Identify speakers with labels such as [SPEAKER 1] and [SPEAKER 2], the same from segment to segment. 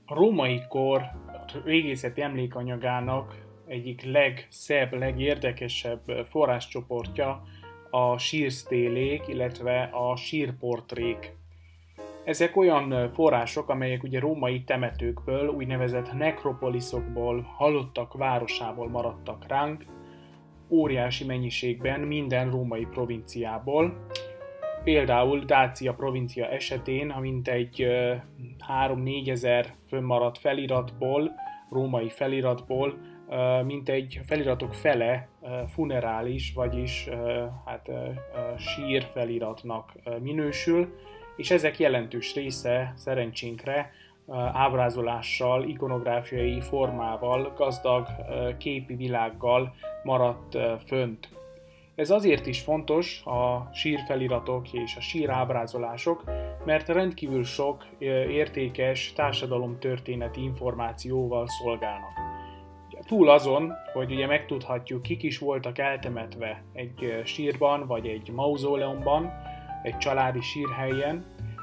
[SPEAKER 1] A római kor régészeti emlékanyagának egyik legszebb, legérdekesebb forráscsoportja a sírsztélék, illetve a sírportrék. Ezek olyan források, amelyek ugye római temetőkből, úgynevezett nekropoliszokból, halottak városából maradtak ránk, óriási mennyiségben minden római provinciából. Például Dácia provincia esetén, ha mintegy 3-4 ezer fönnmaradt feliratból, római feliratból, mintegy feliratok fele funerális, vagyis sír feliratnak minősül, és ezek jelentős része szerencsénkre ábrázolással, ikonográfiai formával, gazdag képi világgal maradt fönt. Ez azért is fontos, a sírfeliratok és a sírábrázolások, mert rendkívül sok értékes társadalomtörténeti információval szolgálnak. Túl azon, hogy ugye megtudhatjuk, kik is voltak eltemetve egy sírban, vagy egy mauzóleumban, egy családi sírhelyen,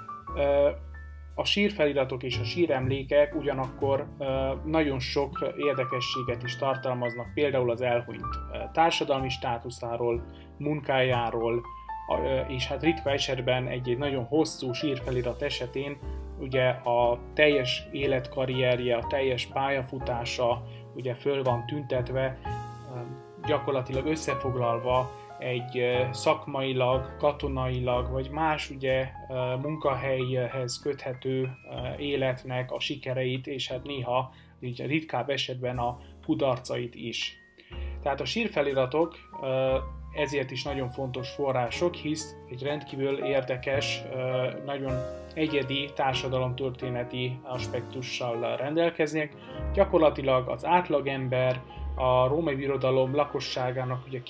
[SPEAKER 1] a sírfeliratok és a síremlékek ugyanakkor nagyon sok érdekességet is tartalmaznak, például az elhunyt társadalmi státuszáról, munkájáról, és hát ritka esetben egy nagyon hosszú sírfelirat esetén ugye a teljes életkarrierje, a teljes pályafutása ugye föl van tüntetve, gyakorlatilag összefoglalva egy szakmailag, katonailag vagy más ugye munkahelyhez köthető életnek a sikereit, és hát néha így ritkább esetben a kudarcait is. Tehát a sírfeliratok ezért is nagyon fontos források, hisz egy rendkívül érdekes, nagyon egyedi társadalomtörténeti aspektussal rendelkeznek. Gyakorlatilag az átlagember, a római birodalom lakosságának ugye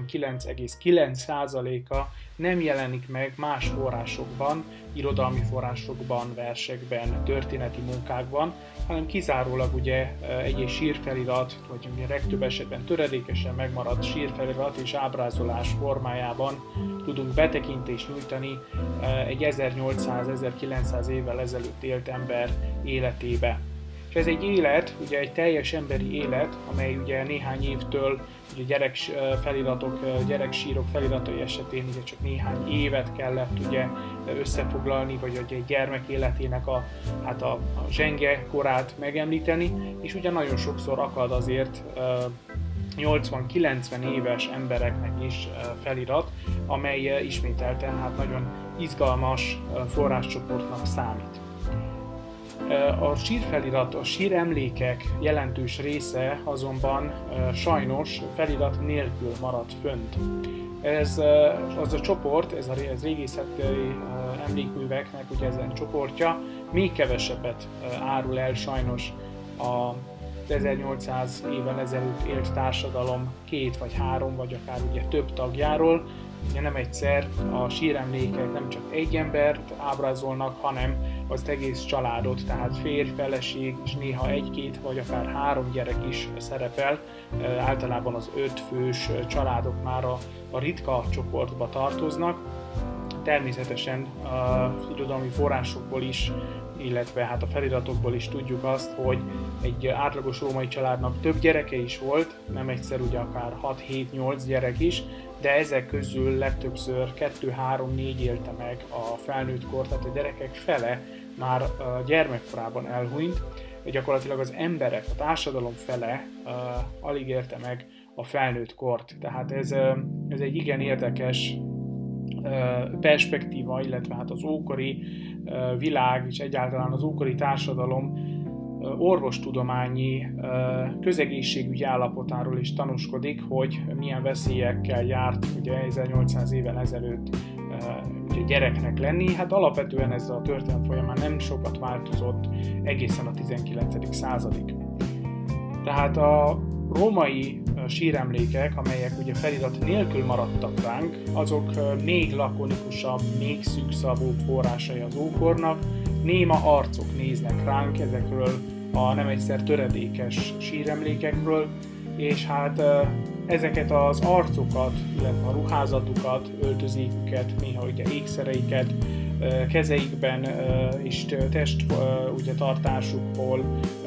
[SPEAKER 1] 99,9%-a nem jelenik meg más forrásokban, irodalmi forrásokban, versekben, történeti munkákban, hanem kizárólag ugye egy sírfelirat, vagy ugye legtöbb esetben töredékesen megmaradt sírfelirat és ábrázolás formájában tudunk betekintést nyújtani egy 1800-1900 évvel ezelőtt élt ember életébe. És ez egy élet, ugye egy teljes emberi élet, amely ugye néhány évtől, ugye gyereksírok feliratai esetén ugye csak néhány évet kellett ugye összefoglalni, vagy ugye egy gyermek életének a zsenge korát megemlíteni, és ugye nagyon sokszor akad azért 80-90 éves embereknek is felirat, amely ismételten nagyon izgalmas forráscsoportnak számít. A sírfelirat, a síremlékek jelentős része azonban sajnos felirat nélkül maradt fönt. Ez az a csoport, ez régészeti emlékműveknek ugye ezen csoportja még kevesebbet árul el sajnos a 1800 évvel ezelőtt élt társadalom 2 vagy 3 vagy akár ugye több tagjáról. Ugye nem egyszer a síremlékek nem csak egy embert ábrázolnak, hanem az egész családot, tehát férj, feleség, és néha 1-2 vagy akár 3 gyerek is szerepel. Általában az 5 fős családok már a ritka csoportba tartoznak. Természetesen az irodalmi forrásokból is, illetve a feliratokból is tudjuk azt, hogy egy átlagos római családnak több gyereke is volt, nem egyszer ugye akár 6-7-8 gyerek is, de ezek közül legtöbbször 2-3-4 élte meg a felnőtt kort, tehát a gyerekek fele már gyermekkorában elhunyt, gyakorlatilag az emberek, a társadalom fele alig érte meg a felnőtt kort. Tehát ez egy igen érdekes perspektíva, illetve az ókori világ és egyáltalán az ókori társadalom orvostudományi közegészségügyi állapotáról is tanúskodik, hogy milyen veszélyekkel járt ugye 1800 évvel ezelőtt gyereknek lenni. Hát alapvetően ez a történet folyamán nem sokat változott egészen a 19. századig. Tehát a római síremlékek, amelyek ugye felirat nélkül maradtak ránk, azok még lakonikusabb, még szűkszavúbb forrásai az ókornak. Néma arcok néznek ránk ezekről a nem egyszer töredékes síremlékekről, és ezeket az arcokat, illetve a ruházatukat, öltözéküket, néha ugye ékszereiket kezeikben és test ugye, tartásukból,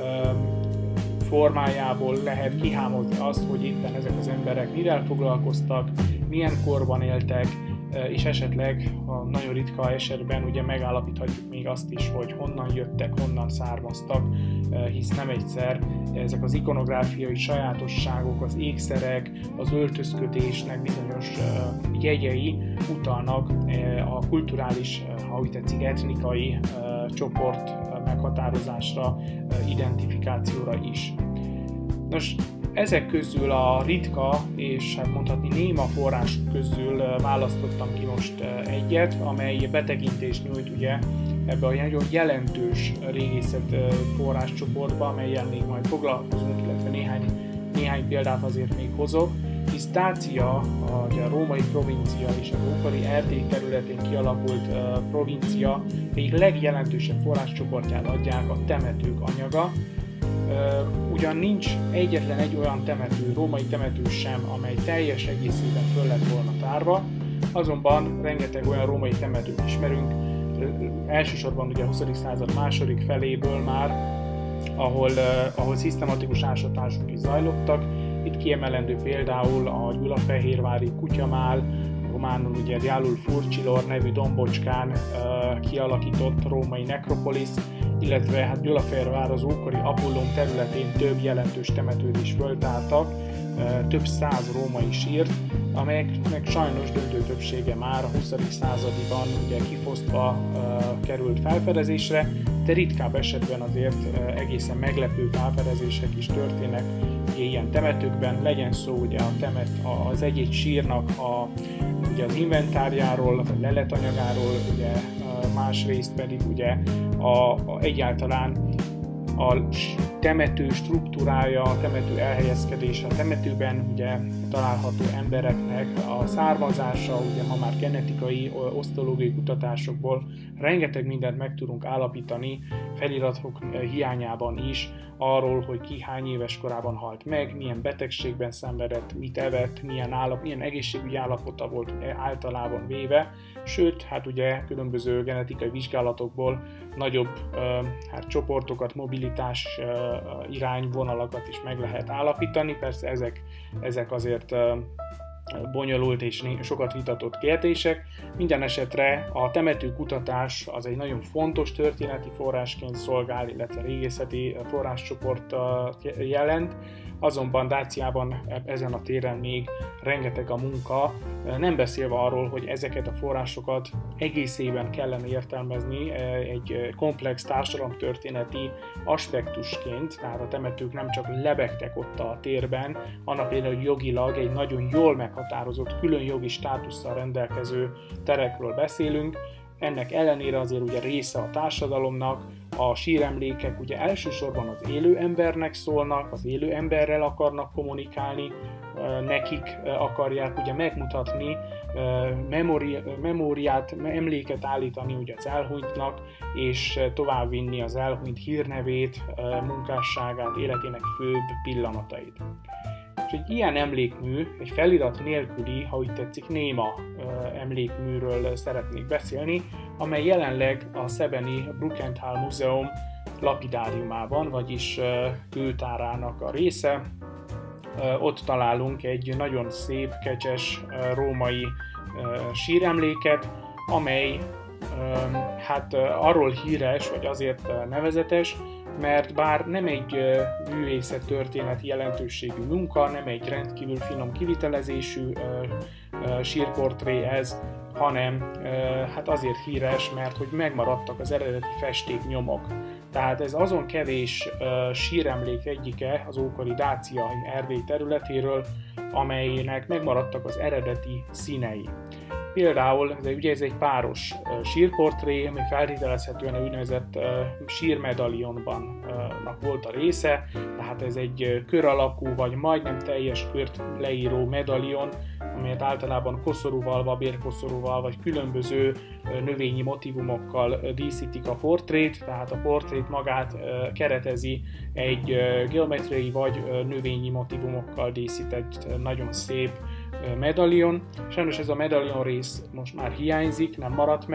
[SPEAKER 1] formájából lehet kihámozni azt, hogy éppen ezek az emberek mivel foglalkoztak, milyen korban éltek, és esetleg a nagyon ritka esetben ugye megállapíthatjuk még azt is, hogy honnan jöttek, honnan származtak, hisz nem egyszer ezek az ikonográfiai sajátosságok, az ékszerek, az öltözködésnek bizonyos jegyei utalnak a kulturális, ha úgy tetszik, etnikai csoport meghatározásra, identifikációra is. Nos, ezek közül a ritka és hát mondhatni néma források közül választottam ki most egyet, amely betekintést nyújt ugye ebbe a nagyon jelentős régészet forráscsoportba, amelyen még majd foglalkozunk, illetve néhány példát azért még hozok, hisz Dácia, a római provincia és az ókori Erdély területén kialakult provincia egyik legjelentősebb forráscsoportját adják a temetők anyaga. Ugyan nincs egyetlen egy olyan temető, római temető sem, amely teljes egészében föl lett volna tárva, azonban rengeteg olyan római temetőt ismerünk, elsősorban ugye a 20. század második feléből már, ahol szisztematikus ásatások is zajlottak. Itt kiemelendő például a gyulafehérvári Kutyamál, románul ugye Dialul Furcilor nevű dombocskán kialakított római nekropolis, illetve hát Gyulafehérvár az ókori Apollón területén több jelentős temetőt is föltártak, több száz római sírt, amelyeknek sajnos döntő többsége már a 20. századiban ugye kifosztva került felfedezésre, de ritkább esetben azért egészen meglepő felfedezések is történnek ilyen temetőkben, legyen szó ugye az egy-egy sírnak ugye az inventárjáról, vagy leletanyagáról, ugye másrészt pedig ugye egyáltalán a temető struktúrája, a temető elhelyezkedése, a temetőben ugye található embereknek a származása, ugye ma már genetikai, osztológiai kutatásokból rengeteg mindent meg tudunk állapítani feliratok hiányában is, arról, hogy ki hány éves korában halt meg, milyen betegségben szenvedett, mit evett, milyen egészségügyi állapota volt általában véve, sőt, hát ugye különböző genetikai vizsgálatokból nagyobb csoportokat, mobilitás irányvonalakat is meg lehet állapítani, persze ezek azért bonyolult és sokat vitatott kérdések. Minden esetre a temetőkutatás az egy nagyon fontos történeti forrásként szolgál, illetve régészeti forráscsoport jelent, azonban Dáciában ezen a téren még rengeteg a munka, nem beszélve arról, hogy ezeket a forrásokat egészében kellene értelmezni egy komplex társadalomtörténeti aspektusként, tehát a temetők nem csak lebegtek ott a térben, annak például, hogy jogilag egy nagyon jól meghatározott, külön jogi státusszal rendelkező terekről beszélünk, ennek ellenére azért ugye része a társadalomnak, a síremlékek ugye elsősorban az élő embernek szólnak, az élő emberrel akarnak kommunikálni, nekik akarják ugye megmutatni, memóriát, emléket állítani ugye az elhunytnak, és továbbvinni az elhunyt hírnevét, munkásságát, életének főbb pillanatait. És egy ilyen emlékmű, egy felirat nélküli, ha úgy tetszik, néma emlékműről szeretnék beszélni, amely jelenleg a szebeni Brukenthal Múzeum lapidáriumában, vagyis kőtárának a része. Ott találunk egy nagyon szép, kecses római síremléket, amely hát arról híres, vagy azért nevezetes, mert bár nem egy művészettörténeti jelentőségű munka, nem egy rendkívül finom kivitelezésű sírportré ez, hanem hát azért híres, mert hogy megmaradtak az eredeti festéknyomok. Tehát ez azon kevés síremlék egyike az ókori dáciai Erdély területéről, amelynek megmaradtak az eredeti színei. Például ez egy páros sírportré, ami feltételezhetően úgynevezett sírmedalionban volt a része, tehát ez egy kör alakú vagy majdnem teljes kört leíró medalion, amelyet általában koszorúval, babérkoszorúval vagy különböző növényi motivumokkal díszítik a portrét, tehát a portrét magát keretezi egy geometriai vagy növényi motivumokkal díszített nagyon szép medalion. Sajnos ez a medalion rész most már hiányzik, nem maradt meg,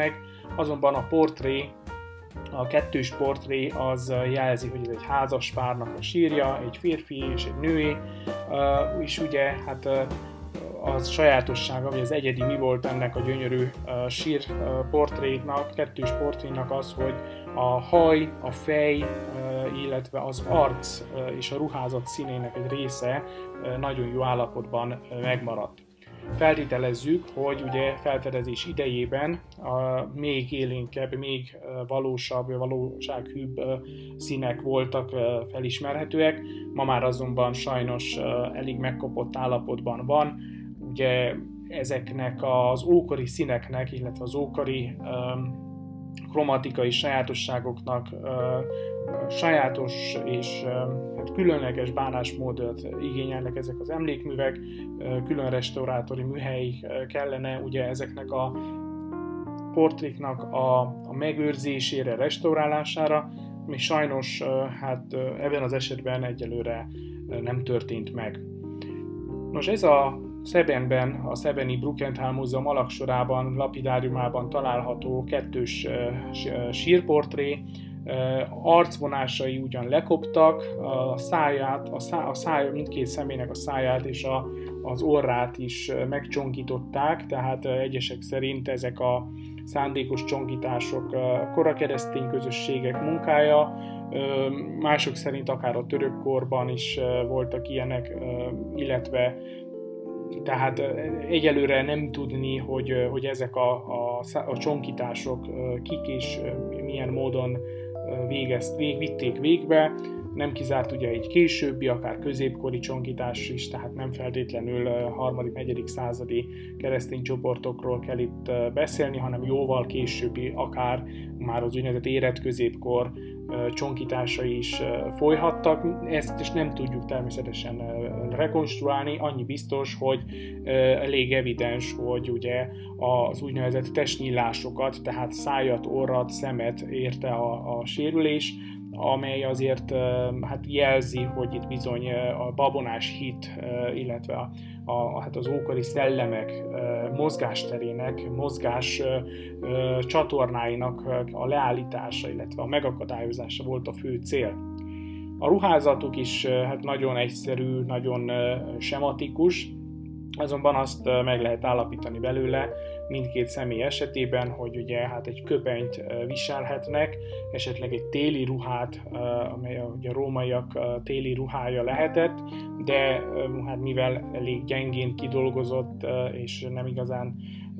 [SPEAKER 1] azonban a portré, a kettős portré az jelzi, hogy ez egy házas párnak a sírja, egy férfi és egy női, és ugye hát az sajátossága, vagy az egyedi mi volt ennek a gyönyörű sírportrénak, kettős portrénak az, hogy a haj, a fej, illetve az arc és a ruházat színének egy része nagyon jó állapotban megmaradt. Feltételezzük, hogy ugye felfedezés idejében még élénkebb, még valósabb, valósághűbb színek voltak felismerhetőek, ma már azonban sajnos elég megkopott állapotban van. Ugye ezeknek az ókori színeknek, illetve az ókori kromatikai sajátosságoknak sajátos és különleges bánásmódot igényelnek ezek az emlékművek, külön restaurátori műhely kellene ugye ezeknek a portréknak a megőrzésére, restaurálására, ami sajnos hát ebben az esetben egyelőre nem történt meg. Nos, ez a Szebenben, a Szebeni Brukenthal Múzeum alagsorában, lapidáriumában található kettős sírportré, arcvonásai ugyan lekoptak, a száját, a száj, mindkét személynek a száját és az orrát is megcsonkították, tehát egyesek szerint ezek a szándékos csonkítások korakeresztény közösségek munkája, mások szerint akár a török korban is voltak ilyenek, illetve tehát egyelőre nem tudni, hogy ezek a csonkítások kik és milyen módon vitték végbe. Nem kizárt ugye egy későbbi, akár középkori csonkítás is, tehát nem feltétlenül 3.-4. századi keresztény csoportokról kell itt beszélni, hanem jóval későbbi, akár már az úgynevezett érett középkor csonkításai is folyhattak. Ezt is nem tudjuk természetesen rekonstruálni, annyi biztos, hogy elég evidens, hogy ugye az úgynevezett testnyílásokat, tehát szájat, orrat, szemet érte a sérülés, amely azért hát jelzi, hogy itt bizony a babonás hit, illetve hát az ókori szellemek mozgásterének, mozgás csatornáinak a leállítása, illetve a megakadályozása volt a fő cél. A ruházatuk is hát nagyon egyszerű, nagyon sematikus, azonban azt meg lehet állapítani belőle mindkét személy esetében, hogy ugye hát egy köpenyt viselhetnek, esetleg egy téli ruhát, amely ugye a rómaiak téli ruhája lehetett, de hát mivel elég gyengén kidolgozott és nem igazán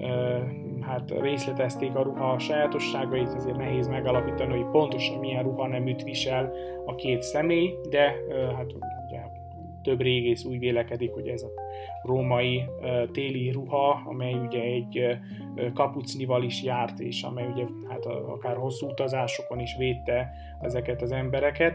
[SPEAKER 1] hát részletezték a ruha sajátosságait, ezért nehéz megalapítani, hogy pontosan milyen ruhaneműt visel a két személy, de hát ugye több régész úgy vélekedik, hogy ez a római téli ruha, amely ugye egy kapucnival is járt, és amely ugye hát akár hosszú utazásokon is védte ezeket az embereket.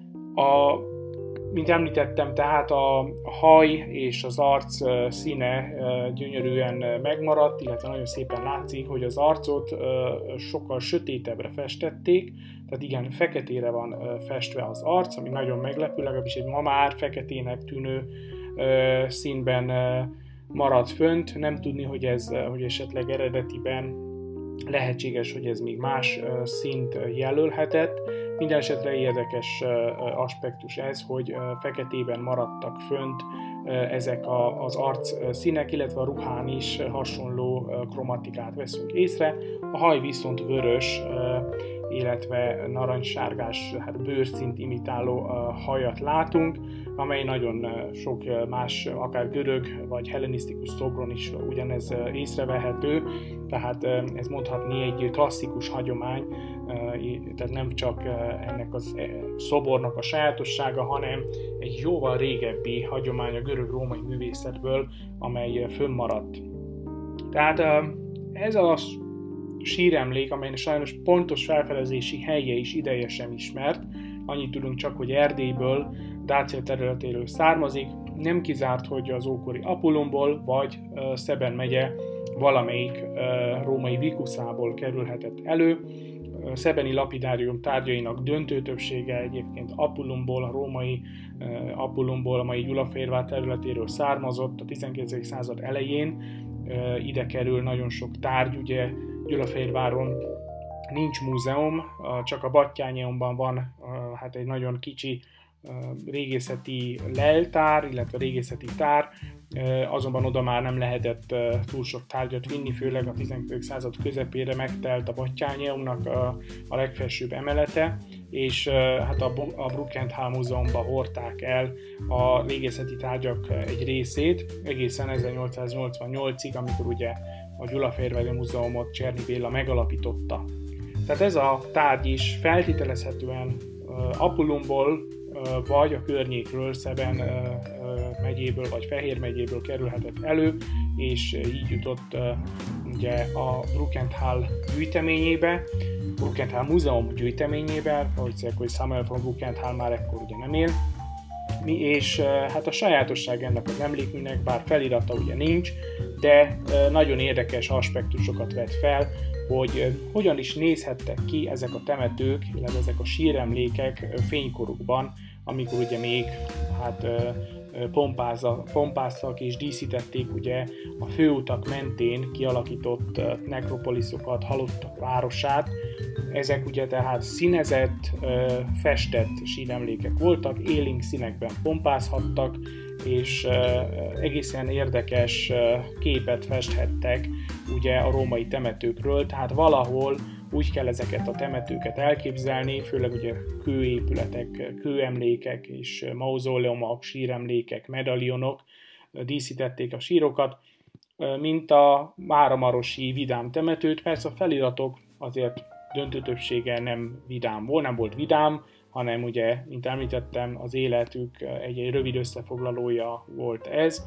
[SPEAKER 1] Mint említettem, tehát a haj és az arc színe gyönyörűen megmaradt, illetve nagyon szépen látszik, hogy az arcot sokkal sötétebbre festették, tehát igen, feketére van festve az arc, ami nagyon meglepő, legalábbis egy ma már feketének tűnő színben maradt fönt. Nem tudni, hogy esetleg eredetiben lehetséges, hogy ez még más színt jelölhetett. Minden esetre érdekes aspektus ez, hogy feketében maradtak fönt ezek az arc színek, illetve a ruhán is hasonló kromatikát veszünk észre. A haj viszont vörös, illetve narancssárgás, hát bőrszínt imitáló hajat látunk, amely nagyon sok más, akár görög vagy hellenisztikus szobron is ugyanez észrevehető, tehát ez mondhatni egy klasszikus hagyomány, tehát nem csak ennek a szobornak a sajátossága, hanem egy jóval régebbi hagyomány a görög-római művészetből, amely fönnmaradt. Tehát ez a síremlék, amelynek sajnos pontos felfedezési helye is ideje sem ismert, annyit tudunk csak, hogy Erdélyből, Dácia területéről származik, nem kizárt, hogy az ókori Apullumból vagy Szeben megye valamelyik római vikuszából kerülhetett elő. Szebeni lapidárium tárgyainak döntő többsége egyébként Apullumból, a római Apullumból, a mai Gyulafehérvár területéről származott a 19. század elején. Ide kerül nagyon sok tárgy, ugye Gyulafehérváron nincs múzeum, csak a Batthyány-eonban van hát egy nagyon kicsi régészeti leltár, illetve régészeti tár, azonban oda már nem lehetett túl sok tárgyat vinni, főleg a 19. század közepére megtelt a Batthyány-eonnak a legfelsőbb emelete, és hát a Brukenthal Múzeumba hordták el a régészeti tárgyak egy részét, egészen 1888-ig, amikor ugye a Gyulafehérvári Múzeumot Cserny Béla megalapította. Tehát ez a tárgy is feltételezhetően Apulumból vagy a környékről, Szeben megyéből vagy Fehér megyéből kerülhetett elő, és így jutott ugye a Brukenthal gyűjteményébe, Brukenthal Múzeum gyűjteményébe, hogy Samuel von Brukenthal már ekkor ugye nem él, és hát a sajátosság ennek az emlékműnek, bár felirata ugye nincs, de nagyon érdekes aspektusokat vet fel, hogy hogyan is nézhettek ki ezek a temetők, illetve ezek a síremlékek fénykorukban, amikor ugye még hát pompáztak és díszítették ugye a főutak mentén kialakított nekropoliszokat, halottak városát. Ezek ugye tehát színezett, festett síremlékek voltak, élénk színekben pompázhattak, és egészen érdekes képet festhettek ugye a római temetőkről, tehát valahol úgy kell ezeket a temetőket elképzelni, főleg ugye kőépületek, kőemlékek és mauzóleumok, síremlékek, medalionok díszítették a sírokat, mint a máramarosi vidám temetőt. Persze a feliratok azért döntő többsége nem volt vidám, hanem ugye, mint említettem, az életük egy rövid összefoglalója volt ez,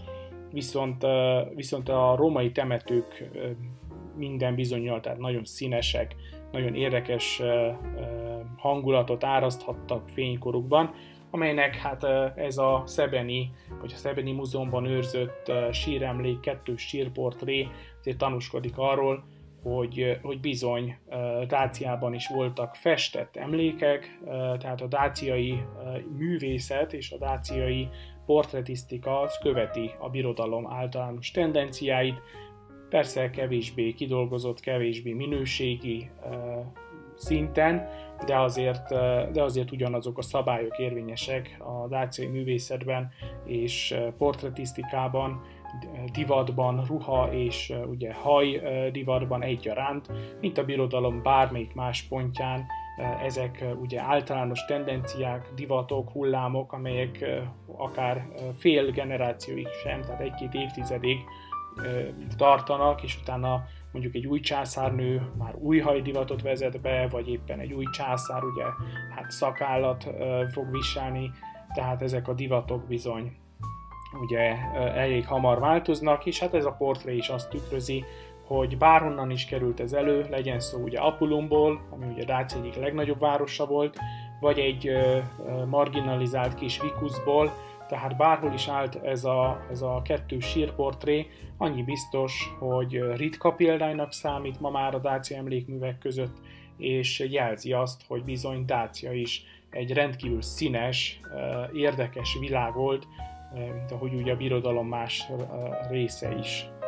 [SPEAKER 1] viszont a római temetők minden bizonnyal, tehát nagyon színesek, nagyon érdekes hangulatot áraszthattak fénykorukban, amelynek hát ez a Szebeni, vagy a Szebeni Múzeumban őrzött síremlék, kettős sírportré azért tanúskodik arról, hogy bizony Dáciában is voltak festett emlékek, tehát a dáciai művészet és a dáciai portrétisztika az követi a birodalom általános tendenciáit, persze kevésbé kidolgozott, kevésbé minőségi szinten, de azért ugyanazok a szabályok érvényesek a dáciai művészetben és portrétisztikában, divatban, ruha és ugye haj divatban egyaránt, mint a birodalom bármelyik más pontján. Ezek ugye általános tendenciák, divatok, hullámok, amelyek akár fél generációig sem, tehát egy-két évtizedig tartanak, és utána mondjuk egy új császárnő már új hajdivatot vezet be, vagy éppen egy új császár ugye hát szakállat fog viselni, tehát ezek a divatok bizony ugye elég hamar változnak, és hát ez a portré is azt tükrözi, hogy bárhonnan is került ez elő, legyen szó ugye Apulumból, ami ugye Dácia egyik legnagyobb városa volt, vagy egy marginalizált kis Vikuszból, tehát bárhol is állt ez a kettős sírportré, annyi biztos, hogy ritka példánynak számít ma már a dácia emlékművek között, és jelzi azt, hogy bizony Dácia is egy rendkívül színes, érdekes világ volt, mint ahogy ugye a birodalom más része is.